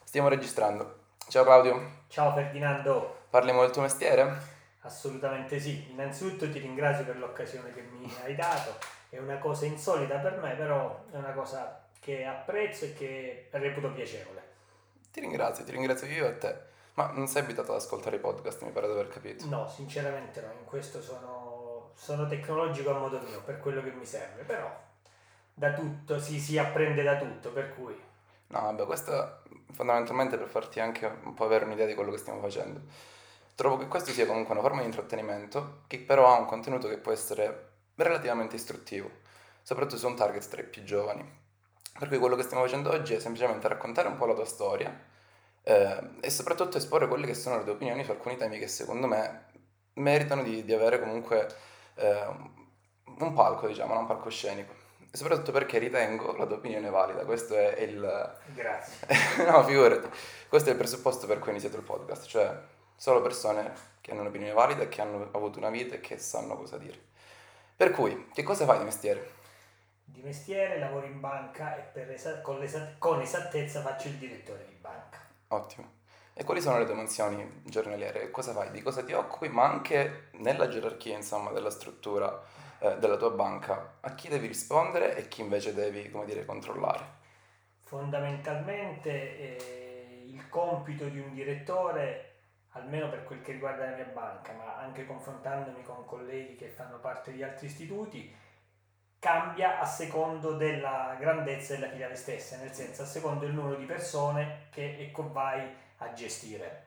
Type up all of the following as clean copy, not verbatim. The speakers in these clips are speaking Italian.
Stiamo registrando. Ciao Claudio, Ciao Ferdinando, parliamo del tuo mestiere? assolutamente sì. Innanzitutto ti ringrazio per l'occasione che mi hai dato. È una cosa insolita per me, però è una cosa che apprezzo e che reputo piacevole. Ti ringrazio io e te. Ma non sei abituato ad ascoltare i podcast, mi pare di aver capito. No, sinceramente no, in questo sono tecnologico a modo mio, per quello che mi serve, però da tutto si apprende da tutto, per cui No, vabbè, questo fondamentalmente per farti anche un po' avere un'idea di quello che stiamo facendo. Trovo che questo sia comunque una forma di intrattenimento che però ha un contenuto che può essere relativamente istruttivo, soprattutto su un target tra i più giovani. Per cui quello che stiamo facendo oggi è semplicemente raccontare un po' la tua storia e soprattutto esporre quelle che sono le tue opinioni su alcuni temi che secondo me meritano di avere comunque eh, un palco, diciamo, no? Un palcoscenico. E soprattutto perché ritengo la tua opinione valida, questo è il... grazie. no, figurati, questo è il presupposto per cui ho iniziato il podcast, cioè solo persone che hanno un'opinione valida e che hanno avuto una vita e che sanno cosa dire. Per cui, che cosa fai di mestiere? Di mestiere lavoro in banca e con esattezza faccio il direttore di banca. Ottimo. E quali sono le tue mansioni giornaliere? Cosa fai? Di cosa ti occupi? Ma anche nella gerarchia, insomma, della struttura della tua banca, a chi devi rispondere e chi invece devi, come dire, controllare? Fondamentalmente il compito di un direttore, almeno per quel che riguarda la mia banca, ma anche confrontandomi con colleghi che fanno parte di altri istituti, cambia a secondo della grandezza della filiale stessa, nel senso a secondo del numero di persone che vai a gestire.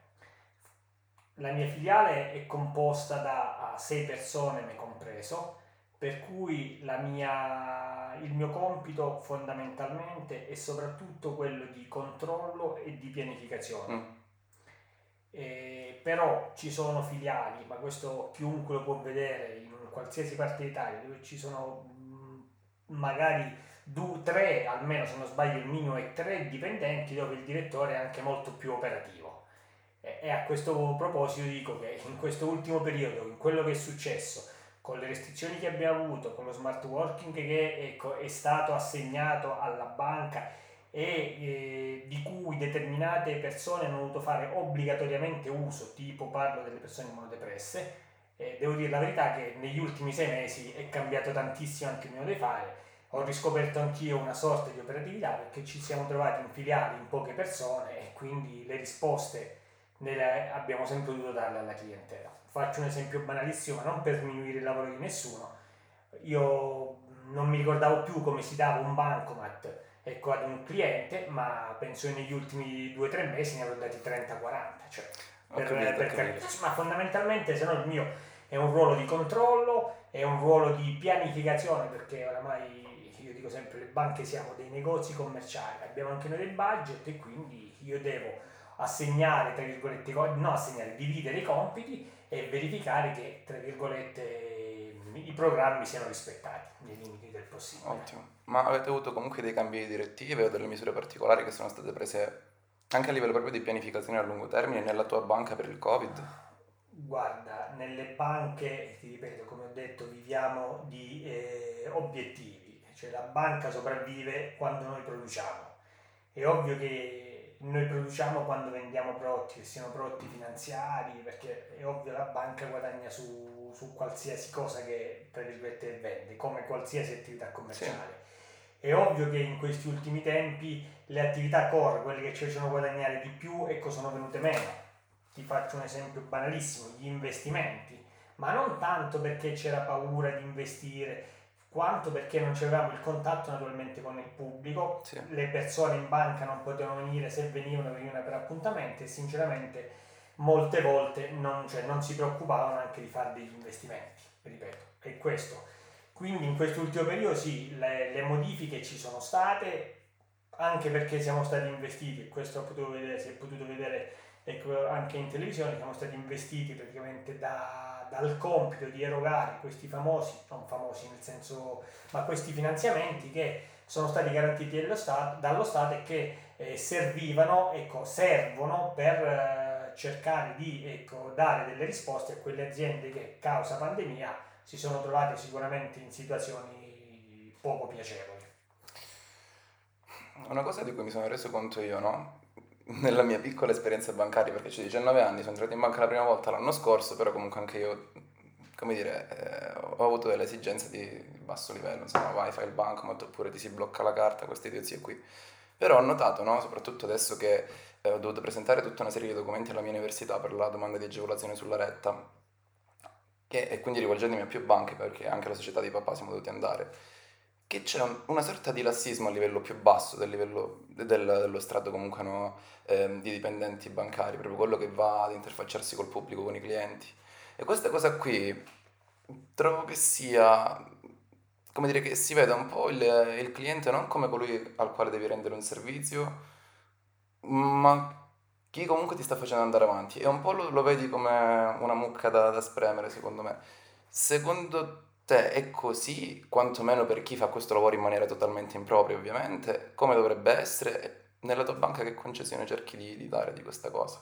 La mia filiale è composta da 6 persone, me compreso, per cui il mio compito fondamentalmente è soprattutto quello di controllo e di pianificazione. Mm. Però ci sono filiali, ma questo chiunque lo può vedere in qualsiasi parte d'Italia, dove ci sono magari 3, almeno se non sbaglio il minimo è 3 dipendenti, dove il direttore è anche molto più operativo. E a questo proposito dico che in questo ultimo periodo, in quello che è successo, con le restrizioni che abbiamo avuto, con lo smart working che è stato assegnato alla banca di cui determinate persone hanno dovuto fare obbligatoriamente uso, tipo parlo delle persone immunodepresse, devo dire la verità che negli ultimi 6 mesi è cambiato tantissimo anche il mio da fare. Ho riscoperto anch'io una sorta di operatività perché ci siamo trovati in filiali in poche persone e quindi le risposte abbiamo sempre dovuto darle alla clientela. Faccio un esempio banalissimo, ma non per sminuire il lavoro di nessuno. Io non mi ricordavo più come si dava un bancomat, ecco, ad un cliente, ma penso che negli ultimi 2 o 3 mesi ne avrò dati 30-40, cioè, Ho capito, ho per capito. capire. Ma fondamentalmente, se no il mio è un ruolo di controllo, è un ruolo di pianificazione, perché oramai io dico sempre le banche siamo dei negozi commerciali, abbiamo anche noi dei budget e quindi io devo assegnare, tra virgolette, no assegnare, dividere i compiti e verificare che, tra virgolette, i programmi siano rispettati nei limiti del possibile. Ottimo. Ma avete avuto comunque dei cambi di direttive o delle misure particolari che sono state prese anche a livello proprio di pianificazione a lungo termine nella tua banca per il Covid? Guarda, nelle banche, ti ripeto, come ho detto, viviamo di obiettivi, cioè la banca sopravvive quando noi produciamo. È ovvio che noi produciamo quando vendiamo prodotti, che siano prodotti finanziari, perché è ovvio la banca guadagna su qualsiasi cosa che, tra virgolette, vende, come qualsiasi attività Sì. commerciale. È ovvio che in questi ultimi tempi le attività core, quelle che ci facevano guadagnare di più, ecco, sono venute meno. Ti faccio un esempio banalissimo, gli investimenti, ma non tanto perché c'era paura di investire, quanto perché non avevamo il contatto naturalmente con il pubblico, Sì. le persone in banca non potevano venire, se venivano per appuntamenti e sinceramente molte volte non si preoccupavano anche di fare degli investimenti, ripeto, è questo. Quindi in quest'ultimo periodo sì, le modifiche ci sono state, anche perché siamo stati investiti, e questo si è potuto vedere ecco, anche in televisione, siamo stati investiti praticamente dal compito di erogare questi famosi, non famosi nel senso, ma questi finanziamenti che sono stati garantiti dallo Stato e che servono per cercare di dare delle risposte a quelle aziende che causa pandemia si sono trovate sicuramente in situazioni poco piacevoli. Una cosa di cui mi sono reso conto io, no? nella mia piccola esperienza bancaria, perché ho 19 anni, sono entrato in banca la prima volta l'anno scorso, però comunque anche io, come dire, ho avuto delle esigenze di basso livello, insomma, vai, fai il bancomat oppure ti si blocca la carta, queste idiozie qui. Però ho notato, no, soprattutto adesso che ho dovuto presentare tutta una serie di documenti alla mia università per la domanda di agevolazione sulla retta, e quindi rivolgendomi a più banche, perché anche la società di papà siamo dovuti andare, che c'è una sorta di lassismo a livello più basso del livello dello strato comunque no, di dipendenti bancari, proprio quello che va ad interfacciarsi col pubblico, con i clienti. E questa cosa qui trovo che sia, come dire, che si veda un po' il cliente non come colui al quale devi rendere un servizio, ma chi comunque ti sta facendo andare avanti. E un po' lo vedi come una mucca da spremere, secondo me. Secondo te è così, quantomeno per chi fa questo lavoro in maniera totalmente impropria, ovviamente, come dovrebbe essere? E nella tua banca che concessione cerchi di dare di questa cosa?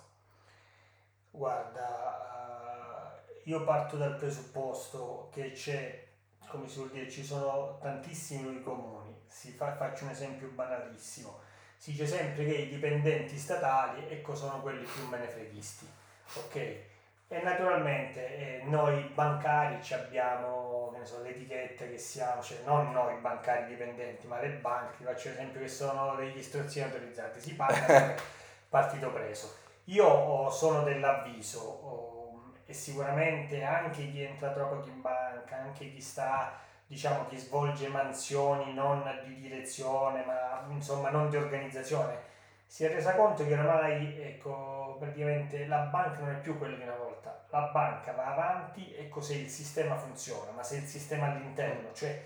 Guarda, io parto dal presupposto che c'è, come si vuol dire, ci sono tantissimi luoghi comuni. Faccio un esempio banalissimo. Si dice sempre che i dipendenti statali, ecco, sono quelli più menefreghisti, ok? E naturalmente noi bancari ci abbiamo, che ne so, l'etichetta che siamo, cioè non noi bancari dipendenti, ma le banche, ti faccio l'esempio che sono degli strozzini autorizzati, si paga come partito preso. Io sono dell'avviso e sicuramente anche chi entra troppo in banca, anche chi sta, diciamo, chi svolge mansioni non di direzione, ma insomma non di organizzazione, si è resa conto che ormai, ecco, praticamente la banca non è più quella di una volta. La banca va avanti, ecco, se il sistema funziona, ma se il sistema all'interno, cioè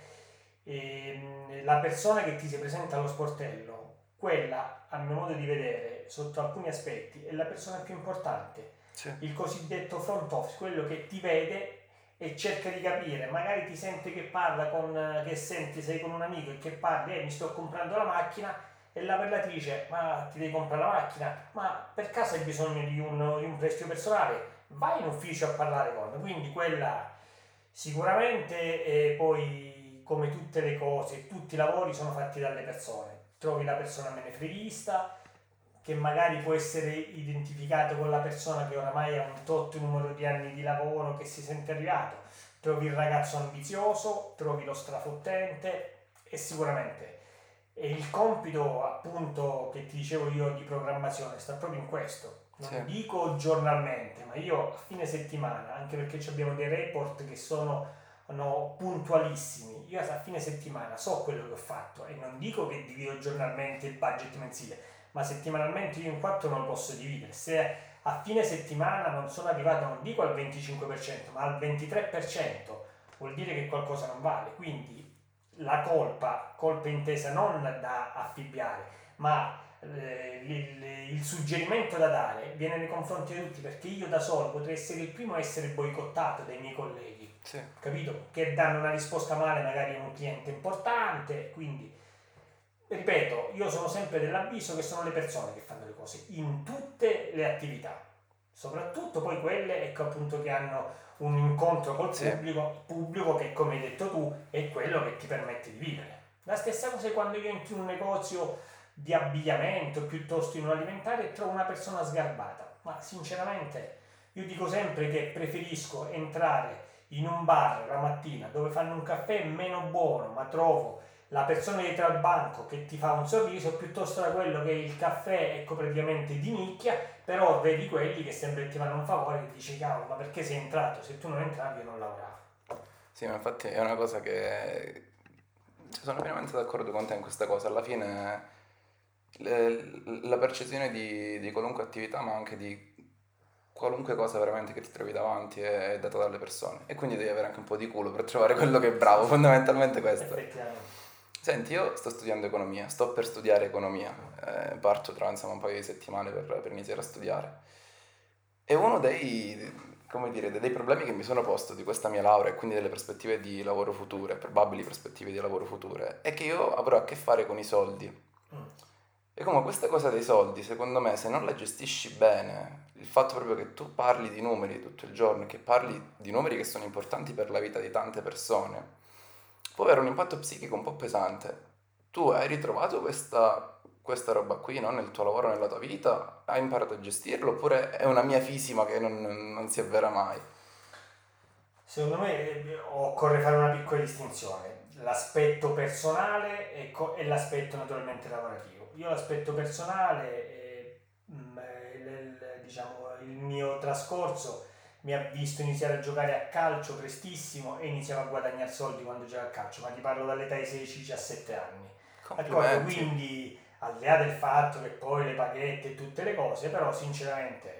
la persona che ti si presenta allo sportello, quella, a mio modo di vedere, sotto alcuni aspetti, è la persona più importante, Sì, il cosiddetto front office, quello che ti vede e cerca di capire, magari ti sente che parla con, che senti, sei con un amico e che parli, mi sto comprando la macchina, e la quella ti dice, ma ti devi comprare la macchina, ma per caso hai bisogno di un prestito personale? Vai in ufficio a parlare con, quindi quella sicuramente, poi come tutte le cose, tutti i lavori sono fatti dalle persone, trovi la persona menefreghista, che magari può essere identificato con la persona che oramai ha un tot numero di anni di lavoro, che si sente arrivato, trovi il ragazzo ambizioso, trovi lo strafottente e sicuramente e il compito appunto che ti dicevo io di programmazione sta proprio in questo. sì, Non dico giornalmente, ma io a fine settimana, anche perché abbiamo dei report che sono no, puntualissimi, io a fine settimana so quello che ho fatto e non dico che divido giornalmente il budget mensile, ma settimanalmente io in quattro non lo posso dividere. Se a fine settimana non sono arrivato, non dico al 25%, ma al 23%, vuol dire che qualcosa non vale. Quindi la colpa intesa non da affibbiare, ma il suggerimento da dare viene nei confronti di tutti, perché io da solo potrei essere il primo a essere boicottato dai miei colleghi, sì, capito? Che danno una risposta male magari a un cliente importante, quindi ripeto, io sono sempre dell'avviso che sono le persone che fanno le cose in tutte le attività, soprattutto poi quelle, ecco, appunto, che hanno un incontro col sì. pubblico che, come hai detto tu, è quello che ti permette di vivere. La stessa cosa è quando io entro in un negozio di abbigliamento piuttosto in un alimentare e trovo una persona sgarbata, ma sinceramente io dico sempre che preferisco entrare in un bar la mattina dove fanno un caffè meno buono, ma trovo la persona dietro al banco che ti fa un sorriso, piuttosto da quello che il caffè, ecco, praticamente di nicchia, però vedi quelli che sempre ti fanno un favore e dici, cavolo, ma perché sei entrato? Se tu non entravi io non lavoravo. Sì, ma infatti è una cosa che, cioè, sono pienamente d'accordo con te in questa cosa. Alla fine la percezione di qualunque attività, ma anche di qualunque cosa veramente che ti trovi davanti è data dalle persone. E quindi devi avere anche un po' di culo per trovare quello che è Sì, bravo, fondamentalmente questo. effettivamente. Senti, io sto studiando economia, sto per studiare economia, parto tra insomma un paio di settimane per iniziare a studiare. E uno come dire, dei problemi che mi sono posto di questa mia laurea e quindi delle prospettive di lavoro future, probabili prospettive di lavoro future, è che io avrò a che fare con i soldi. Mm. E come questa cosa dei soldi, secondo me, se non la gestisci bene, il fatto proprio che tu parli di numeri tutto il giorno e che parli di numeri che sono importanti per la vita di tante persone, può avere un impatto psichico un po' pesante. Tu hai ritrovato questa roba qui, no? Nel tuo lavoro, nella tua vita, hai imparato a gestirlo oppure è una mia fisima che non si avvera mai? Secondo me occorre fare una piccola distinzione, l'aspetto personale e l'aspetto naturalmente lavorativo. Io l'aspetto personale, diciamo, il mio trascorso mi ha visto iniziare a giocare a calcio prestissimo e iniziavo a guadagnare soldi quando giocavo a calcio, ma ti parlo dall'età di 16-17 anni. D'accordo? Complimenti. Quindi al di là del fatto che poi le paghette e tutte le cose, però sinceramente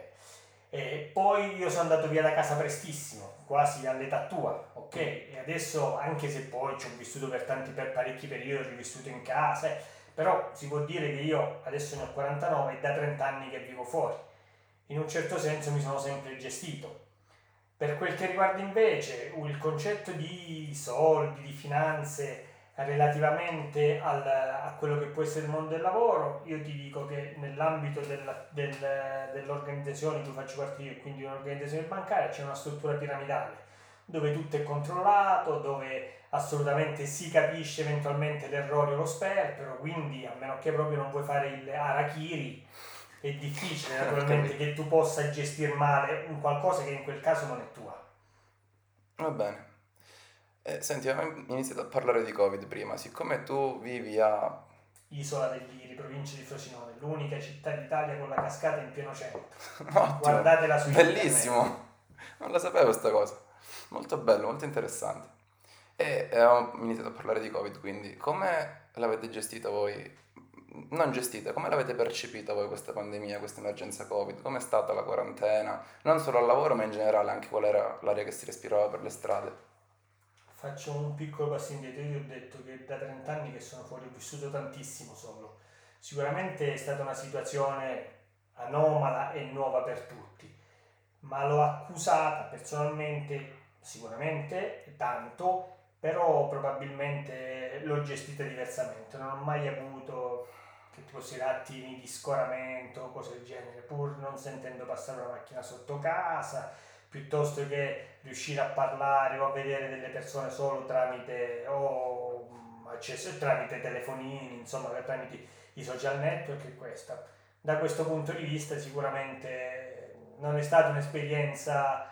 poi io sono andato via da casa prestissimo, quasi all'età tua, ok? E adesso, anche se poi ci ho vissuto per parecchi periodi, ho rivissuto in casa, però si può dire che io adesso ne ho 49 e da 30 anni che vivo fuori. In un certo senso mi sono sempre gestito. Per quel che riguarda invece il concetto di soldi, di finanze relativamente a quello che può essere il mondo del lavoro, io ti dico che nell'ambito dell'organizzazione di cui faccio parte io, quindi un'organizzazione bancaria, c'è una struttura piramidale dove tutto è controllato, dove assolutamente si capisce eventualmente l'errore o lo sperpero, quindi a meno che proprio non vuoi fare il harakiri, è difficile Ho naturalmente capito. che tu possa gestire male un qualcosa che in quel caso non è tua. Va bene. Senti, abbiamo iniziato a parlare di Covid prima, siccome tu vivi a... Isola degli Liri, provincia di Frosinone, l'unica città d'Italia con la cascata in pieno centro. Ottimo, Guardatela su internet. bellissimo, non la sapevo sta cosa, molto bello, molto interessante. E avevamo iniziato a parlare di Covid, quindi come l'avete gestita voi? Non gestita, come l'avete percepita voi questa pandemia, questa emergenza Covid? Com'è stata la quarantena? Non solo al lavoro, ma in generale anche qual era l'aria che si respirava per le strade? Faccio un piccolo passo indietro, io ti ho detto che da 30 anni che sono fuori ho vissuto tantissimo solo. Sicuramente è stata una situazione anomala e nuova per tutti, ma l'ho accusata personalmente sicuramente tanto, però probabilmente l'ho gestita diversamente, non ho mai avuto che ti possa dire attimi di scoramento o cose del genere, pur non sentendo passare una macchina sotto casa, piuttosto che riuscire a parlare o a vedere delle persone solo tramite o accesso tramite telefonini, insomma tramite i social network e questa. Da questo punto di vista sicuramente non è stata un'esperienza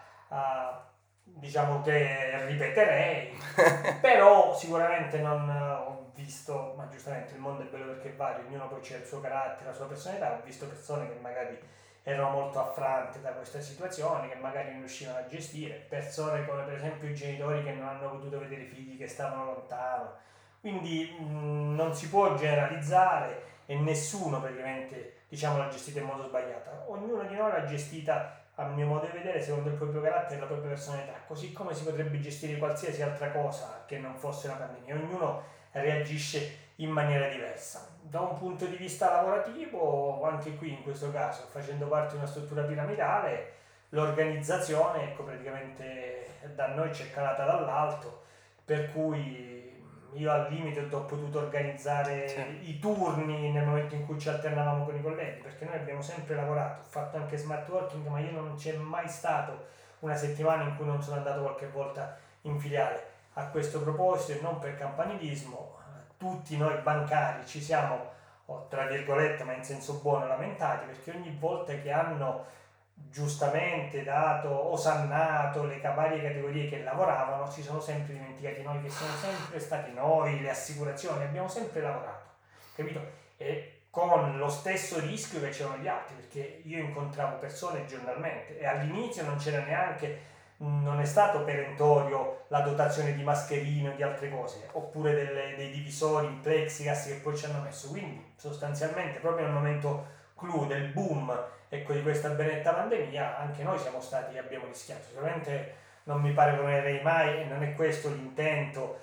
diciamo che ripeterei, però sicuramente non ho visto, ma giustamente il mondo è bello perché è vario, ognuno poi c'è il suo carattere, la sua personalità, ho visto persone che magari erano molto affrante da questa situazione, che magari non riuscivano a gestire, persone come per esempio i genitori che non hanno potuto vedere i figli che stavano lontano, quindi non si può generalizzare e nessuno praticamente diciamo l'ha gestita in modo sbagliato, ognuno di noi l'ha gestita a mio modo di vedere secondo il proprio carattere e la propria personalità, così come si potrebbe gestire qualsiasi altra cosa che non fosse una pandemia, ognuno reagisce in maniera diversa. Da un punto di vista lavorativo, anche qui in questo caso, facendo parte di una struttura piramidale, l'organizzazione, ecco, praticamente da noi c'è calata dall'alto, per cui io al limite ho potuto Sì, organizzare i turni nel momento in cui ci alternavamo con i colleghi, perché noi abbiamo sempre lavorato, ho fatto anche smart working, ma io non c'è mai stato una settimana in cui non sono andato qualche volta in filiale. A questo proposito, e non per campanilismo, tutti noi bancari ci siamo, tra virgolette, ma in senso buono, lamentati perché ogni volta che hanno giustamente dato, osannato le varie categorie che lavoravano, si sono sempre dimenticati noi che siamo sempre stati noi, le assicurazioni, abbiamo sempre lavorato, capito? E con lo stesso rischio che c'erano gli altri, perché io incontravo persone giornalmente e all'inizio non c'era neanche, non è stato perentorio la dotazione di mascherine o di altre cose, oppure dei divisori in plexiglass che poi ci hanno messo, quindi sostanzialmente proprio nel momento clou del boom, ecco, di questa benetta pandemia, anche noi siamo stati, abbiamo rischiato, sicuramente non mi paragonerei mai e non è questo l'intento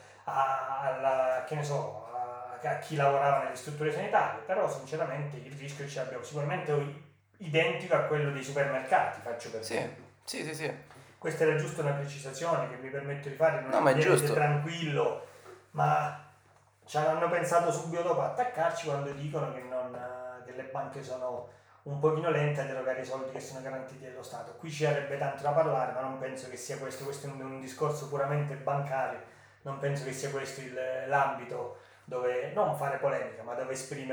che ne so, a chi lavorava nelle strutture sanitarie, però sinceramente il rischio ce l'abbiamo sicuramente identico a quello dei supermercati, faccio per sì, dire. sì, sì, sì. Questa era giusto una precisazione che mi permetto di fare in un No, ma è ambiente giusto. tranquillo, ma ci hanno pensato subito dopo a attaccarci quando dicono che le banche sono un pochino lente ad erogare i soldi che sono garantiti dallo Stato. Qui ci sarebbe tanto da parlare, ma non penso che sia questo è un discorso puramente bancario, non penso che sia questo l'ambito dove non fare polemica, ma dove esprimere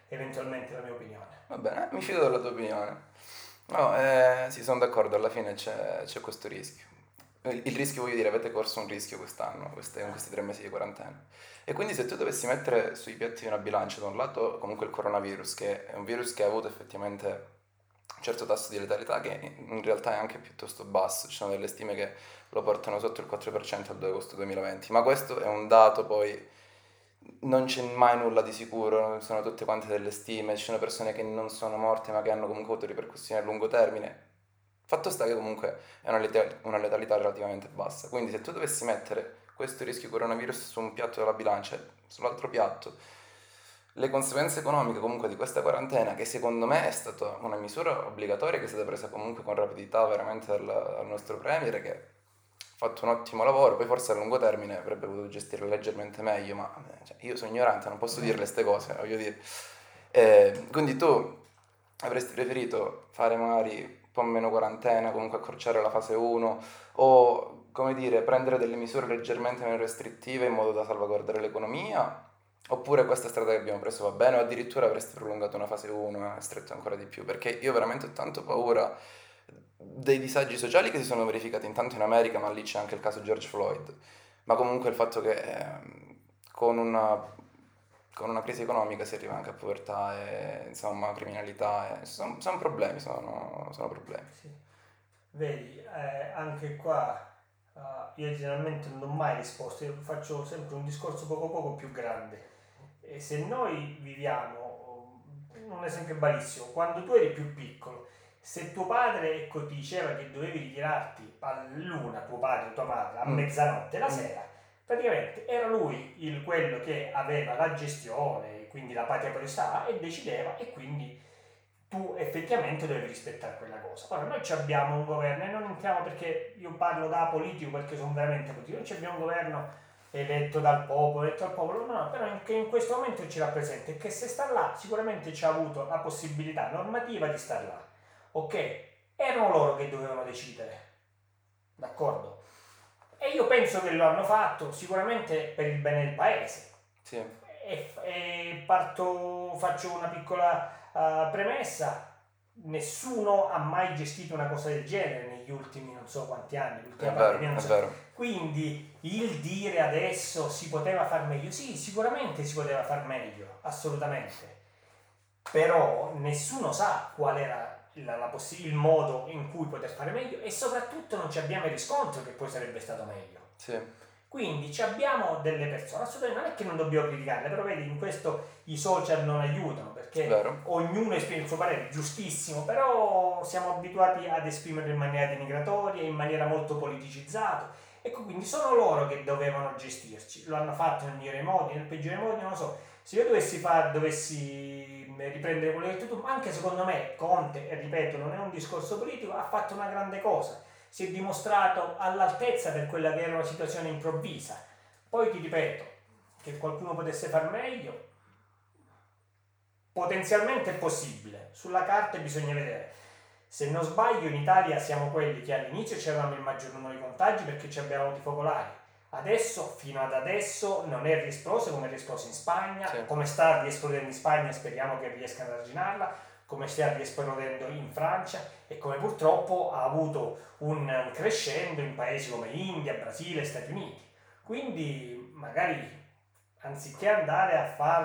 eventualmente la mia opinione. Va bene, mi fido della tua opinione. No, sì, sono d'accordo, alla fine c'è questo rischio. Il rischio, voglio dire, avete corso un rischio quest'anno, in questi 3 mesi di quarantena. E quindi se tu dovessi mettere sui piatti di una bilancia, da un lato comunque il coronavirus, che è un virus che ha avuto effettivamente un certo tasso di letalità che in realtà è anche piuttosto basso, ci sono delle stime che lo portano sotto il 4% al 2 agosto 2020, ma questo è un dato poi, non c'è mai nulla di sicuro, sono tutte quante delle stime, ci sono persone che non sono morte ma che hanno comunque avuto ripercussioni a lungo termine. Fatto sta che comunque è una letalità relativamente bassa, quindi se tu dovessi mettere questo rischio coronavirus su un piatto della bilancia, sull'altro piatto, le conseguenze economiche comunque di questa quarantena, che secondo me è stata una misura obbligatoria che è stata presa comunque con rapidità veramente dal nostro premier, che ha fatto un ottimo lavoro, poi forse a lungo termine avrebbe potuto gestire leggermente meglio, ma cioè, io sono ignorante, non posso dirle queste cose, voglio dire. Quindi tu avresti preferito fare magari un po' meno quarantena, comunque accorciare la fase 1 o, come dire, prendere delle misure leggermente meno restrittive in modo da salvaguardare l'economia? Oppure questa strada che abbiamo preso va bene o addirittura avresti prolungato una fase 1 e stretto ancora di più? Perché io veramente ho tanto paura dei disagi sociali che si sono verificati intanto in America, ma lì c'è anche il caso George Floyd, ma comunque il fatto che con una crisi economica si arriva anche a povertà e insomma criminalità, sono problemi, sono problemi. Sì. Vedi, anche qua io generalmente non ho mai risposto, io faccio sempre un discorso poco poco più grande. E se noi viviamo, un esempio banalissimo, quando tu eri più piccolo, se tuo padre ecco, ti diceva che dovevi ritirarti all'una, tuo padre o tua madre, a mezzanotte la sera, praticamente era lui quello che aveva la gestione, quindi la patria potestà, e decideva e quindi tu effettivamente dovevi rispettare quella cosa. Ora noi abbiamo un governo e non entriamo perché io parlo da politico perché sono veramente politico, noi abbiamo un governo eletto dal popolo, no, però che in questo momento ci rappresenta e che se sta là sicuramente ci ha avuto la possibilità normativa di star là. Ok? Erano loro che dovevano decidere, d'accordo? E io penso che lo hanno fatto sicuramente per il bene del paese. Sì. Faccio una piccola premessa. Nessuno ha mai gestito una cosa del genere negli ultimi non so quanti anni, l'ultima pandemia, non È so. vero. Quindi il dire adesso si poteva far meglio, sì, sicuramente si poteva far meglio, assolutamente. Però nessuno sa qual era il modo in cui poter fare meglio e soprattutto non ci abbiamo il riscontro che poi sarebbe stato meglio. Sì. Quindi abbiamo delle persone, assolutamente non è che non dobbiamo criticarle, però vedi in questo i social non aiutano perché Vero. ognuno esprime il suo parere, giustissimo, però siamo abituati ad esprimerlo in maniera denigratoria, in maniera molto politicizzata. Ecco, quindi sono loro che dovevano gestirci, lo hanno fatto nel migliore modi, nel peggiore modi, non lo so. Se io dovessi riprendere quello che hai detto tu, anche secondo me Conte, e ripeto, non è un discorso politico, ha fatto una grande cosa. Si è dimostrato all'altezza per quella che era una situazione improvvisa. Poi ti ripeto, che qualcuno potesse far meglio, potenzialmente è possibile. Sulla carta bisogna vedere. Se non sbaglio in Italia siamo quelli che all'inizio c'erano il maggior numero di contagi perché ci abbiamo avuti focolari. Adesso, fino ad adesso, non è riesploso come è riesploso in Spagna, Sì. come sta riesplodendo in Spagna, speriamo che riescano ad arginarla, come sta riesplodendo in Francia e come purtroppo ha avuto un crescendo in paesi come India, Brasile, Stati Uniti. Quindi magari anziché andare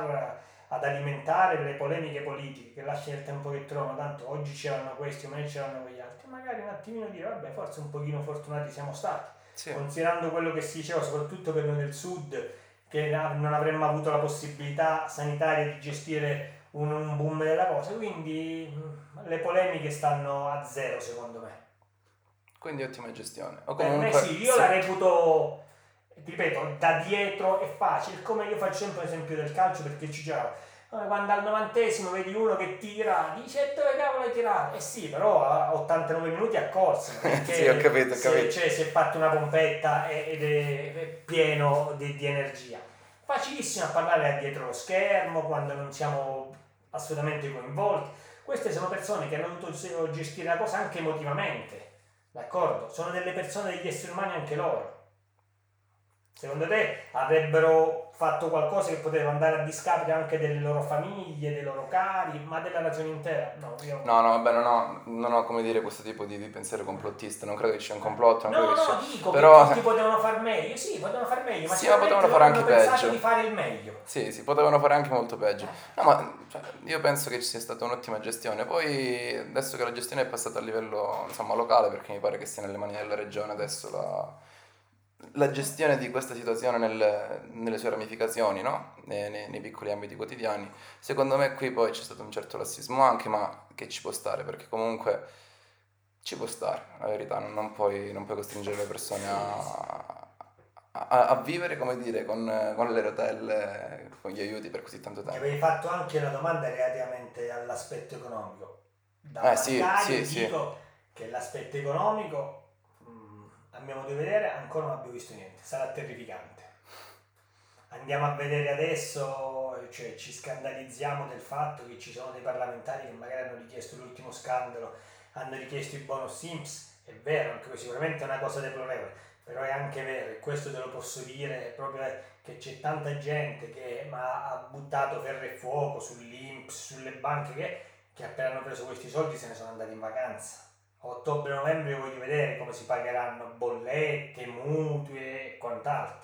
ad alimentare le polemiche politiche che lasciano il tempo che trovano, tanto oggi c'erano questi, domani c'erano quegli altri, magari un attimino dire vabbè forse un pochino fortunati siamo stati. Sì. Considerando quello che si diceva soprattutto per noi del sud, che non avremmo avuto la possibilità sanitaria di gestire un boom della cosa, quindi le polemiche stanno a zero secondo me. Quindi ottima gestione. O Per comunque, me sì, io la reputo, ti ripeto, da dietro è facile, come io faccio sempre l'esempio del calcio perché ci giocavo. Quando al 90esimo vedi uno che tira, dice dove cavolo hai tirato? Eh sì, però a 89 minuti ha corso perché sì, ho capito. si è fatto una pompetta ed è pieno di energia. Facilissimo a parlare dietro lo schermo quando non siamo assolutamente coinvolti. Queste sono persone che hanno dovuto gestire la cosa anche emotivamente, d'accordo? Sono delle persone, degli esseri umani anche loro. Secondo te avrebbero fatto qualcosa che poteva andare a discapito anche delle loro famiglie, dei loro cari, ma della nazione intera? No, io... No, no, vabbè, non ho come dire questo tipo di pensiero complottista, non credo che sia un complotto, non credo No, che sia... no, dico che Però, tutti potevano far meglio, sì, potevano far meglio, ma sì, ma sicuramente potevano loro fare hanno anche pensato di peggio. fare il meglio. Sì, sì, potevano fare anche molto peggio. No, ma cioè, io penso che ci sia stata un'ottima gestione. Poi, adesso che la gestione è passata a livello, insomma, locale, perché mi pare che sia nelle mani della regione adesso la gestione di questa situazione nelle sue ramificazioni, no? Nei piccoli ambiti quotidiani. Secondo me qui poi c'è stato un certo lassismo anche, ma che ci può stare, perché comunque ci può stare, la verità, non puoi costringere le persone Sì, sì. a vivere, come dire, con le rotelle, con gli aiuti per così tanto Mi tempo. avevi fatto anche una domanda relativamente all'aspetto economico. Da Sì, bancario sì, sì. dico che l'aspetto economico, a mio modo di vedere, ancora non abbiamo visto niente, sarà terrificante. Andiamo a vedere adesso, cioè ci scandalizziamo del fatto che ci sono dei parlamentari che magari hanno richiesto l'ultimo scandalo, hanno richiesto i bonus INPS, è vero, anche questo sicuramente è una cosa deplorevole, però è anche vero, e questo te lo posso dire, proprio che c'è tanta gente che ha buttato ferro e fuoco sull'INPS, sulle banche che appena hanno preso questi soldi se ne sono andati in vacanza. A ottobre-novembre voglio vedere come si pagheranno bollette, mutui e quant'altro.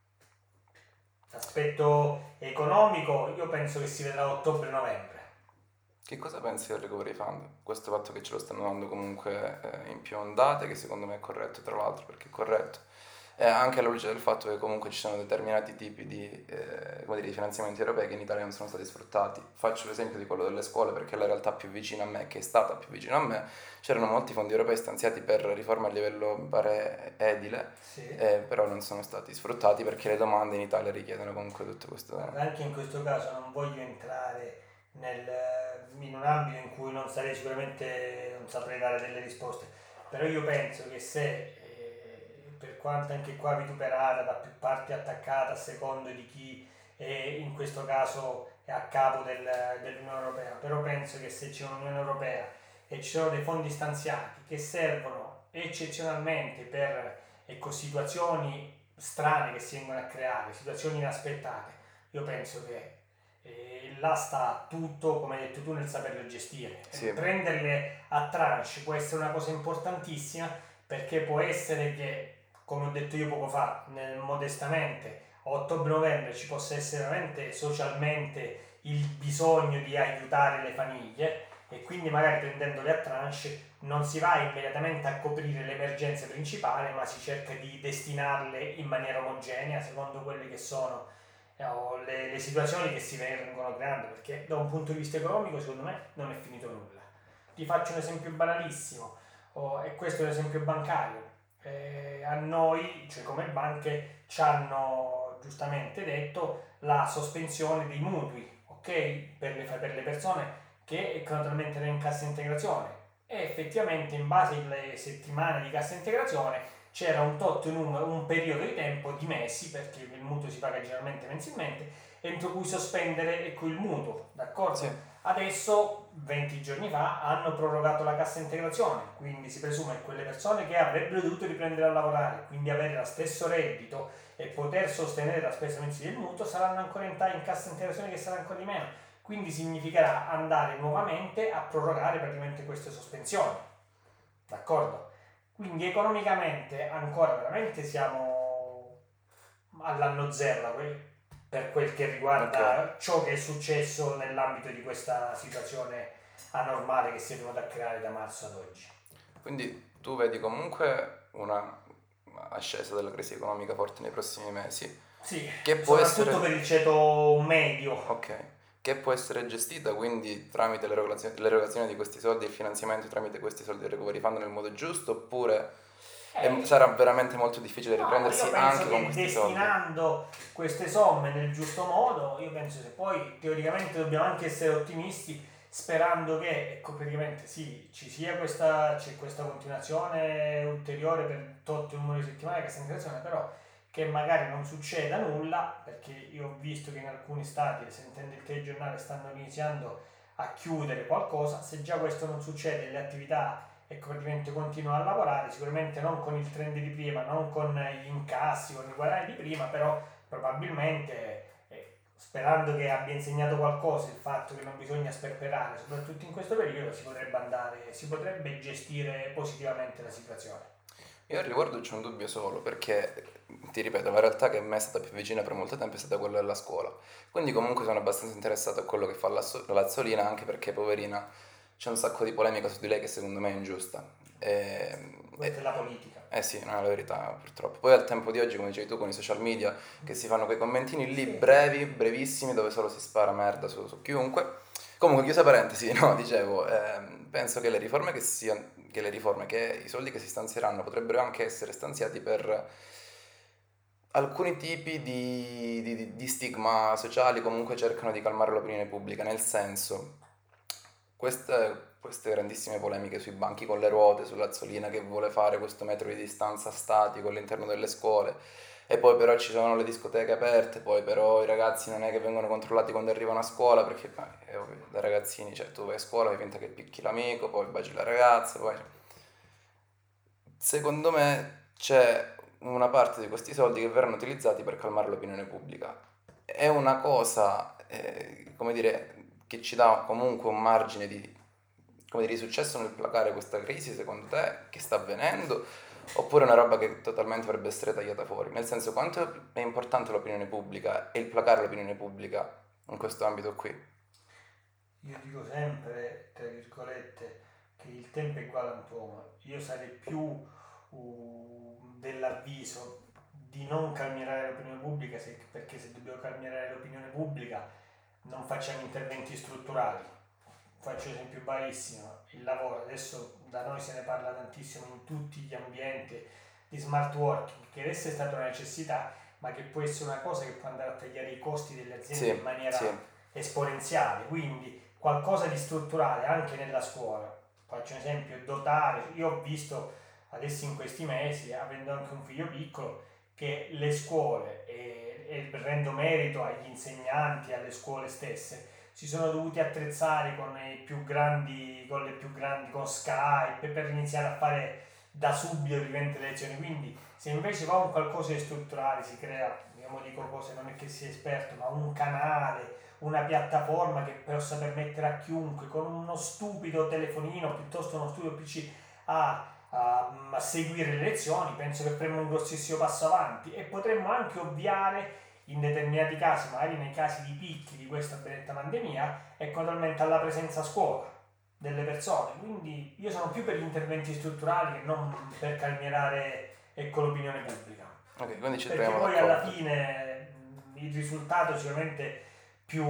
L'aspetto economico io penso che si vedrà a ottobre-novembre. Che cosa pensi del recovery fund? Questo fatto che ce lo stanno dando comunque in più ondate, che secondo me è corretto, tra l'altro, perché è corretto. E anche alla luce del fatto che comunque ci sono determinati tipi come dire, di finanziamenti europei che in Italia non sono stati sfruttati. Faccio l'esempio di quello delle scuole perché è la realtà più vicina a me, che è stata più vicina a me. C'erano molti fondi europei stanziati per riforma a livello, mi pare, edile, Sì. però non sono stati sfruttati perché le domande in Italia richiedono comunque tutto Guarda, questo. anche in questo caso non voglio entrare in un ambito in cui non sarei sicuramente, non saprei dare delle risposte, però io penso che se, per quanto anche qua vituperata, da più parti attaccata a secondo di chi è in questo caso è a capo dell'Unione Europea, però penso che se c'è un'Unione Europea e ci sono dei fondi stanziati che servono eccezionalmente per ecco, situazioni strane che si vengono a creare, situazioni inaspettate, io penso che là sta tutto, come hai detto tu, nel saperlo gestire. Sì, Prenderle a tranche può essere una cosa importantissima perché può essere che, come ho detto io poco fa, modestamente, a ottobre-novembre ci possa essere veramente socialmente il bisogno di aiutare le famiglie e quindi magari prendendole a tranche non si va immediatamente a coprire le emergenze principali, ma si cerca di destinarle in maniera omogenea secondo quelle che sono le situazioni che si vengono creando, perché da un punto di vista economico secondo me non è finito nulla. Ti faccio un esempio banalissimo, e questo è un esempio bancario. A noi, cioè come banche, ci hanno giustamente detto la sospensione dei mutui, ok? Per le persone che naturalmente erano in cassa integrazione e effettivamente in base alle settimane di cassa integrazione c'era un tot un periodo di tempo di mesi, perché il mutuo si paga generalmente mensilmente, entro cui sospendere ecco, il mutuo, sì, d'accordo? Adesso, 20 giorni fa, hanno prorogato la cassa integrazione, quindi si presume che quelle persone che avrebbero dovuto riprendere a lavorare, quindi avere lo stesso reddito e poter sostenere la spesa mensile del mutuo, saranno ancora in cassa integrazione che sarà ancora di meno. Quindi significherà andare nuovamente a prorogare praticamente queste sospensioni, d'accordo? Quindi economicamente ancora veramente siamo all'anno zero per quel che ok. riguarda ciò che è successo nell'ambito di questa situazione anormale che si è venuta a creare da marzo ad oggi. Quindi tu vedi comunque una ascesa della crisi economica forte nei prossimi mesi, Sì, che può soprattutto per essere, il ceto medio. ok, che può essere gestita quindi tramite l'erogazione di questi soldi e il finanziamento tramite questi soldi del recovery fund nel modo giusto, oppure sarà Eh, veramente molto difficile No, riprendersi io anche penso con che questi soldi. destinando queste somme nel giusto modo, io penso che poi teoricamente dobbiamo anche essere ottimisti sperando che, ecco, praticamente sì, c'è questa continuazione ulteriore per tot un numero di settimane questa integrazione, però che magari non succeda nulla, perché io ho visto che in alcuni stati, sentendo il telegiornale, stanno iniziando a chiudere qualcosa, se già questo non succede, le attività e praticamente continua a lavorare, sicuramente non con il trend di prima, non con gli incassi, con i guadagni di prima, però probabilmente sperando che abbia insegnato qualcosa il fatto che non bisogna sperperare, soprattutto in questo periodo, si potrebbe gestire positivamente la situazione. Io al riguardo c'ho un dubbio solo, perché ti ripeto, la realtà che a me è stata più vicina per molto tempo è stata quella della scuola. Quindi comunque sono abbastanza interessato a quello che fa la Lazzolina, anche perché poverina c'è un sacco di polemica su di lei che secondo me è ingiusta. Questa è la politica. Eh sì, non è la verità purtroppo. Poi al tempo di oggi, come dicevi tu, con i social media, che si fanno quei commentini lì Sì. brevi, brevissimi, dove solo si spara merda su chiunque. Comunque, chiusa parentesi, no, dicevo, penso che le riforme che i soldi che si stanzieranno potrebbero anche essere stanziati per alcuni tipi di stigma sociali, comunque cercano di calmare l'opinione pubblica, nel senso, queste grandissime polemiche sui banchi con le ruote, sull'Azzolina che vuole fare questo metro di distanza statico all'interno delle scuole, e poi però ci sono le discoteche aperte, poi però i ragazzi non è che vengono controllati quando arrivano a scuola, perché è ovvio, da ragazzini, cioè tu vai a scuola, fai finta che picchi l'amico, poi baci la ragazza, poi... Secondo me c'è una parte di questi soldi che verranno utilizzati per calmare l'opinione pubblica. È una cosa, come dire, che ci dà comunque un margine come dire, di successo nel placare questa crisi, secondo te, che sta avvenendo? Oppure è una roba che totalmente dovrebbe essere tagliata fuori? Nel senso, quanto è importante l'opinione pubblica e il placare l'opinione pubblica in questo ambito qui? Io dico sempre, tra virgolette, che il tempo è galantuomo. Io sarei più dell'avviso di non calmierare l'opinione pubblica, perché se dobbiamo calmierare l'opinione pubblica non facciamo interventi strutturali. Faccio un esempio barissimo, il lavoro, adesso da noi se ne parla tantissimo in tutti gli ambienti di smart working, che adesso è stata una necessità, ma che può essere una cosa che può andare a tagliare i costi delle aziende in Sì, sì, maniera esponenziale, quindi qualcosa di strutturale anche nella scuola. Faccio un esempio, dotare, io ho visto adesso in questi mesi, avendo anche un figlio piccolo, che le scuole, e rendo merito agli insegnanti, alle scuole stesse, si sono dovuti attrezzare con le più grandi, con Skype, per iniziare a fare da subito diventa lezioni. Quindi se invece va un qualcosa di strutturale, si crea, io mo dico cose, non è che sia esperto, ma un canale, una piattaforma che possa permettere a chiunque con uno stupido telefonino piuttosto uno stupido PC a seguire le lezioni, penso che faremo un grossissimo passo avanti e potremmo anche ovviare in determinati casi, magari nei casi di picchi di questa benedetta pandemia, totalmente alla presenza a scuola delle persone. Quindi io sono più per gli interventi strutturali che non per calmierare, ecco, l'opinione pubblica. ok, quindi ci Perché troviamo poi alla d'accordo. fine il risultato sicuramente più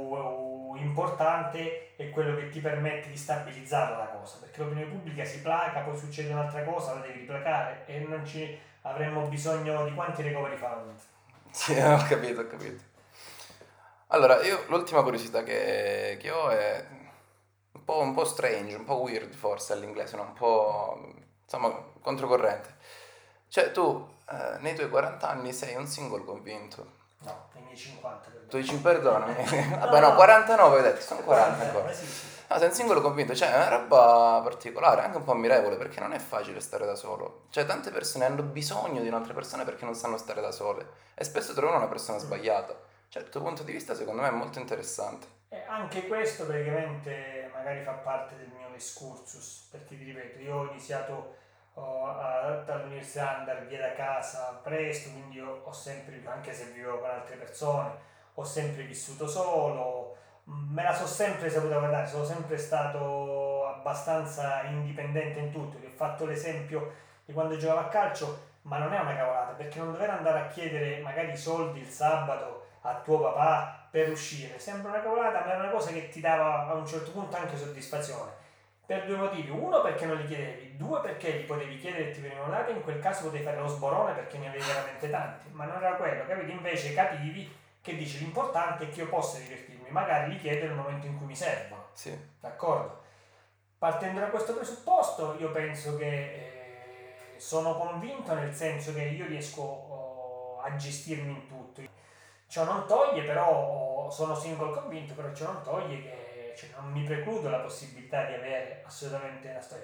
importante è quello che ti permette di stabilizzare la cosa, perché l'opinione pubblica si placa, poi succede un'altra cosa, la devi riplacare e non ci avremmo bisogno di quanti recovery fund. Sì, ho capito, ho capito. Allora, io l'ultima curiosità che ho è un po' strange, un po' weird forse all'inglese, no? Un po' insomma controcorrente. Cioè tu nei tuoi 40 anni sei un single convinto. No, nei miei 50 per Tu me. dici perdonami. No, Vabbè no, no, 49 hai detto, sono 40 ancora. 49, sì, sì. No, sei un singolo convinto, cioè è una roba particolare, anche un po' ammirevole, perché non è facile stare da solo. Cioè tante persone hanno bisogno di un'altra persona perché non sanno stare da sole e spesso trovano una persona Mm. sbagliata. Cioè il tuo punto di vista secondo me è molto interessante. E anche questo praticamente magari fa parte del mio excursus, perché ti ripeto, io ho iniziato dall'università, andare via da casa presto, quindi io ho sempre, anche se vivevo con altre persone, ho sempre vissuto solo, me la sono sempre saputa guardare, sono sempre stato abbastanza indipendente in tutto. Ti ho fatto l'esempio di quando giocavo a calcio, ma non è una cavolata, perché non dover andare a chiedere magari i soldi il sabato a tuo papà per uscire sembra una cavolata, ma è una cosa che ti dava a un certo punto anche soddisfazione. Per due motivi: uno, perché non li chiedevi; due, perché li potevi chiedere e ti venivano dati, e in quel caso potevi fare lo sborone perché ne avevi veramente tanti. Ma non era quello, capito? Invece capivi che dici l'importante è che io possa divertirmi, magari li chiedo nel momento in cui mi servono, Sì. d'accordo? Partendo da questo presupposto, io penso che sono convinto, nel senso che io riesco a gestirmi in tutto. Ciò non toglie però, sono single convinto, però ciò non toglie che, cioè, non mi precludo la possibilità di avere assolutamente una storia.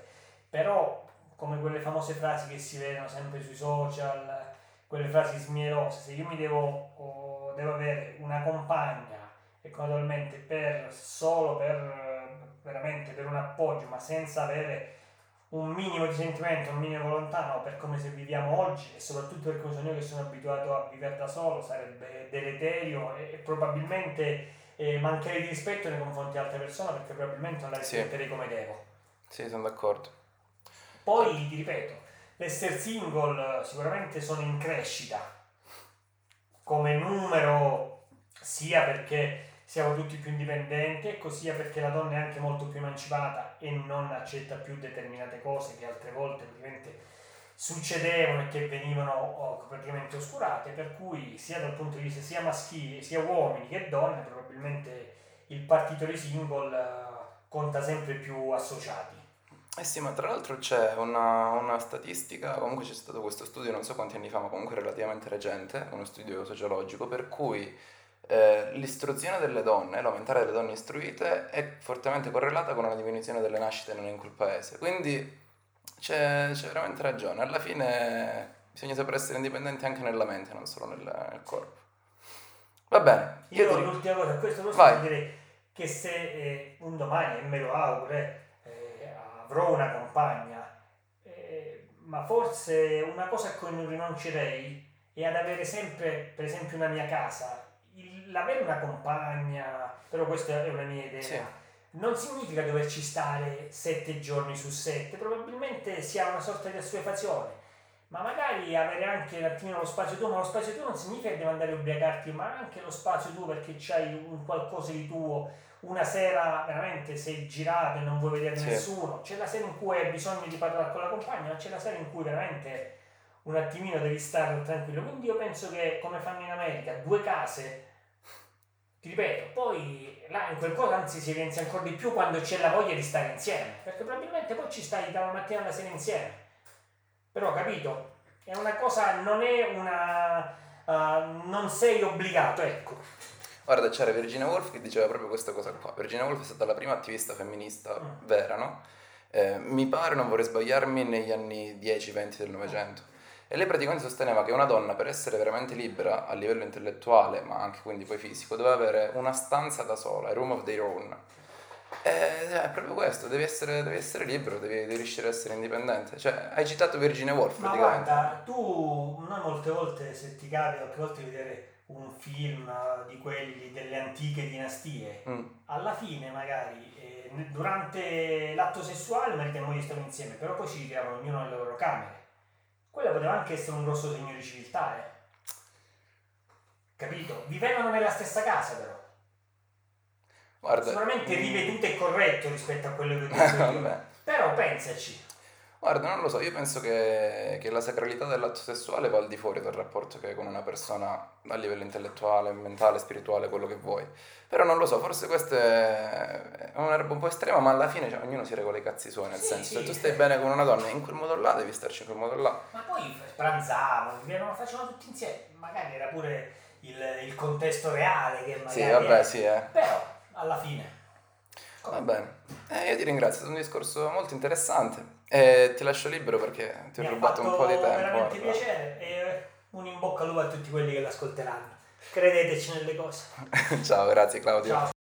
però come quelle famose frasi che si vedono sempre sui social, quelle frasi smierose, se io devo avere una compagna e naturalmente solo veramente per un appoggio, ma senza avere un minimo di sentimento, un minimo di volontà, no, per come se viviamo oggi e soprattutto per come sono io che sono abituato a vivere da solo, sarebbe deleterio e probabilmente mancherei di rispetto nei confronti di altre persone, perché probabilmente non la Sì, rispetterei come devo. sì, sono d'accordo. Poi ti ripeto, l'essere single sicuramente sono in crescita come numero, sia perché siamo tutti più indipendenti, e sia perché la donna è anche molto più emancipata e non accetta più determinate cose che altre volte praticamente succedevano e che venivano praticamente oscurate, per cui sia dal punto di vista sia maschile, sia uomini che donne, probabilmente il partito dei single conta sempre più associati. Eh sì, ma tra l'altro c'è una statistica, comunque c'è stato questo studio non so quanti anni fa, ma comunque relativamente recente, uno studio sociologico, per cui l'istruzione delle donne, l'aumentare delle donne istruite, è fortemente correlata con una diminuzione delle nascite in quel paese. Quindi c'è veramente ragione. Alla fine bisogna saper essere indipendenti anche nella mente, non solo nel corpo. Va bene, Io l'ultima cosa, a questo proposito vai. ti direi che se un domani, e me lo auguro, avrò una compagna, ma forse una cosa a cui non rinuncerei è ad avere sempre, per esempio, una mia casa. L'avere una compagna, però questa è una mia idea, Sì, non significa doverci stare 7 giorni su 7, probabilmente si ha una sorta di assuefazione, ma magari avere anche un attimino lo spazio tuo, ma lo spazio tuo non significa che devi andare a ubriacarti, ma anche lo spazio tuo perché c'hai un qualcosa di tuo, una sera veramente sei girato e non vuoi vedere sì. nessuno, c'è la sera in cui hai bisogno di parlare con la compagna, ma c'è la sera in cui veramente un attimino devi stare tranquillo, quindi io penso che come fanno in America, 2 case, ti ripeto, poi là in quel caso anzi si evidenzia ancora di più quando c'è la voglia di stare insieme, perché probabilmente poi ci stai dalla mattina alla sera insieme, però capito, è una cosa, non è una, non sei obbligato, ecco. Guarda, c'era Virginia Woolf che diceva proprio questa cosa qua. Virginia Woolf è stata la prima attivista femminista Mm. vera, no? Mi pare, non vorrei sbagliarmi, negli anni 10-20 del Novecento. E lei praticamente sosteneva che una donna, per essere veramente libera a livello intellettuale, ma anche quindi poi fisico, doveva avere una stanza da sola, a room of their own. È proprio questo, devi essere libero, devi riuscire a essere indipendente. Cioè, hai citato Virginia Woolf Ma praticamente. guarda, noi molte volte, se ti capita qualche volta di vedere un film di quelli delle antiche dinastie, Mm, alla fine magari durante l'atto sessuale marito e moglie stavano insieme, però poi si ritiravano ognuno nelle loro camere. Quella poteva anche essere un grosso segno di civiltà, capito? Vivevano nella stessa casa però. guarda, Sicuramente riveduto e corretto rispetto a quello che ho detto io, vabbè. però pensaci. Guarda, non lo so, io penso che la sacralità dell'atto sessuale va al di fuori dal rapporto che hai con una persona a livello intellettuale, mentale, spirituale, quello che vuoi. Però non lo so, forse questo è un'erba un po' estrema, ma alla fine cioè, ognuno si regola i cazzi suoi, nel Sì, senso, se tu sì, stai bene con una donna in quel modo là, devi starci in quel modo là. ma poi pranzavano, facevano tutti insieme, magari era pure il contesto reale che Sì, magari vabbè, è, sì, eh. però alla fine. Va bene. Io ti ringrazio, è stato un discorso molto interessante e ti lascio libero perché ti ho Mi ha rubato un po' di fatto tempo, veramente guarda. piacere e un in bocca al lupo a tutti quelli che l'ascolteranno. Credeteci nelle cose. Ciao, grazie Claudio. Ciao.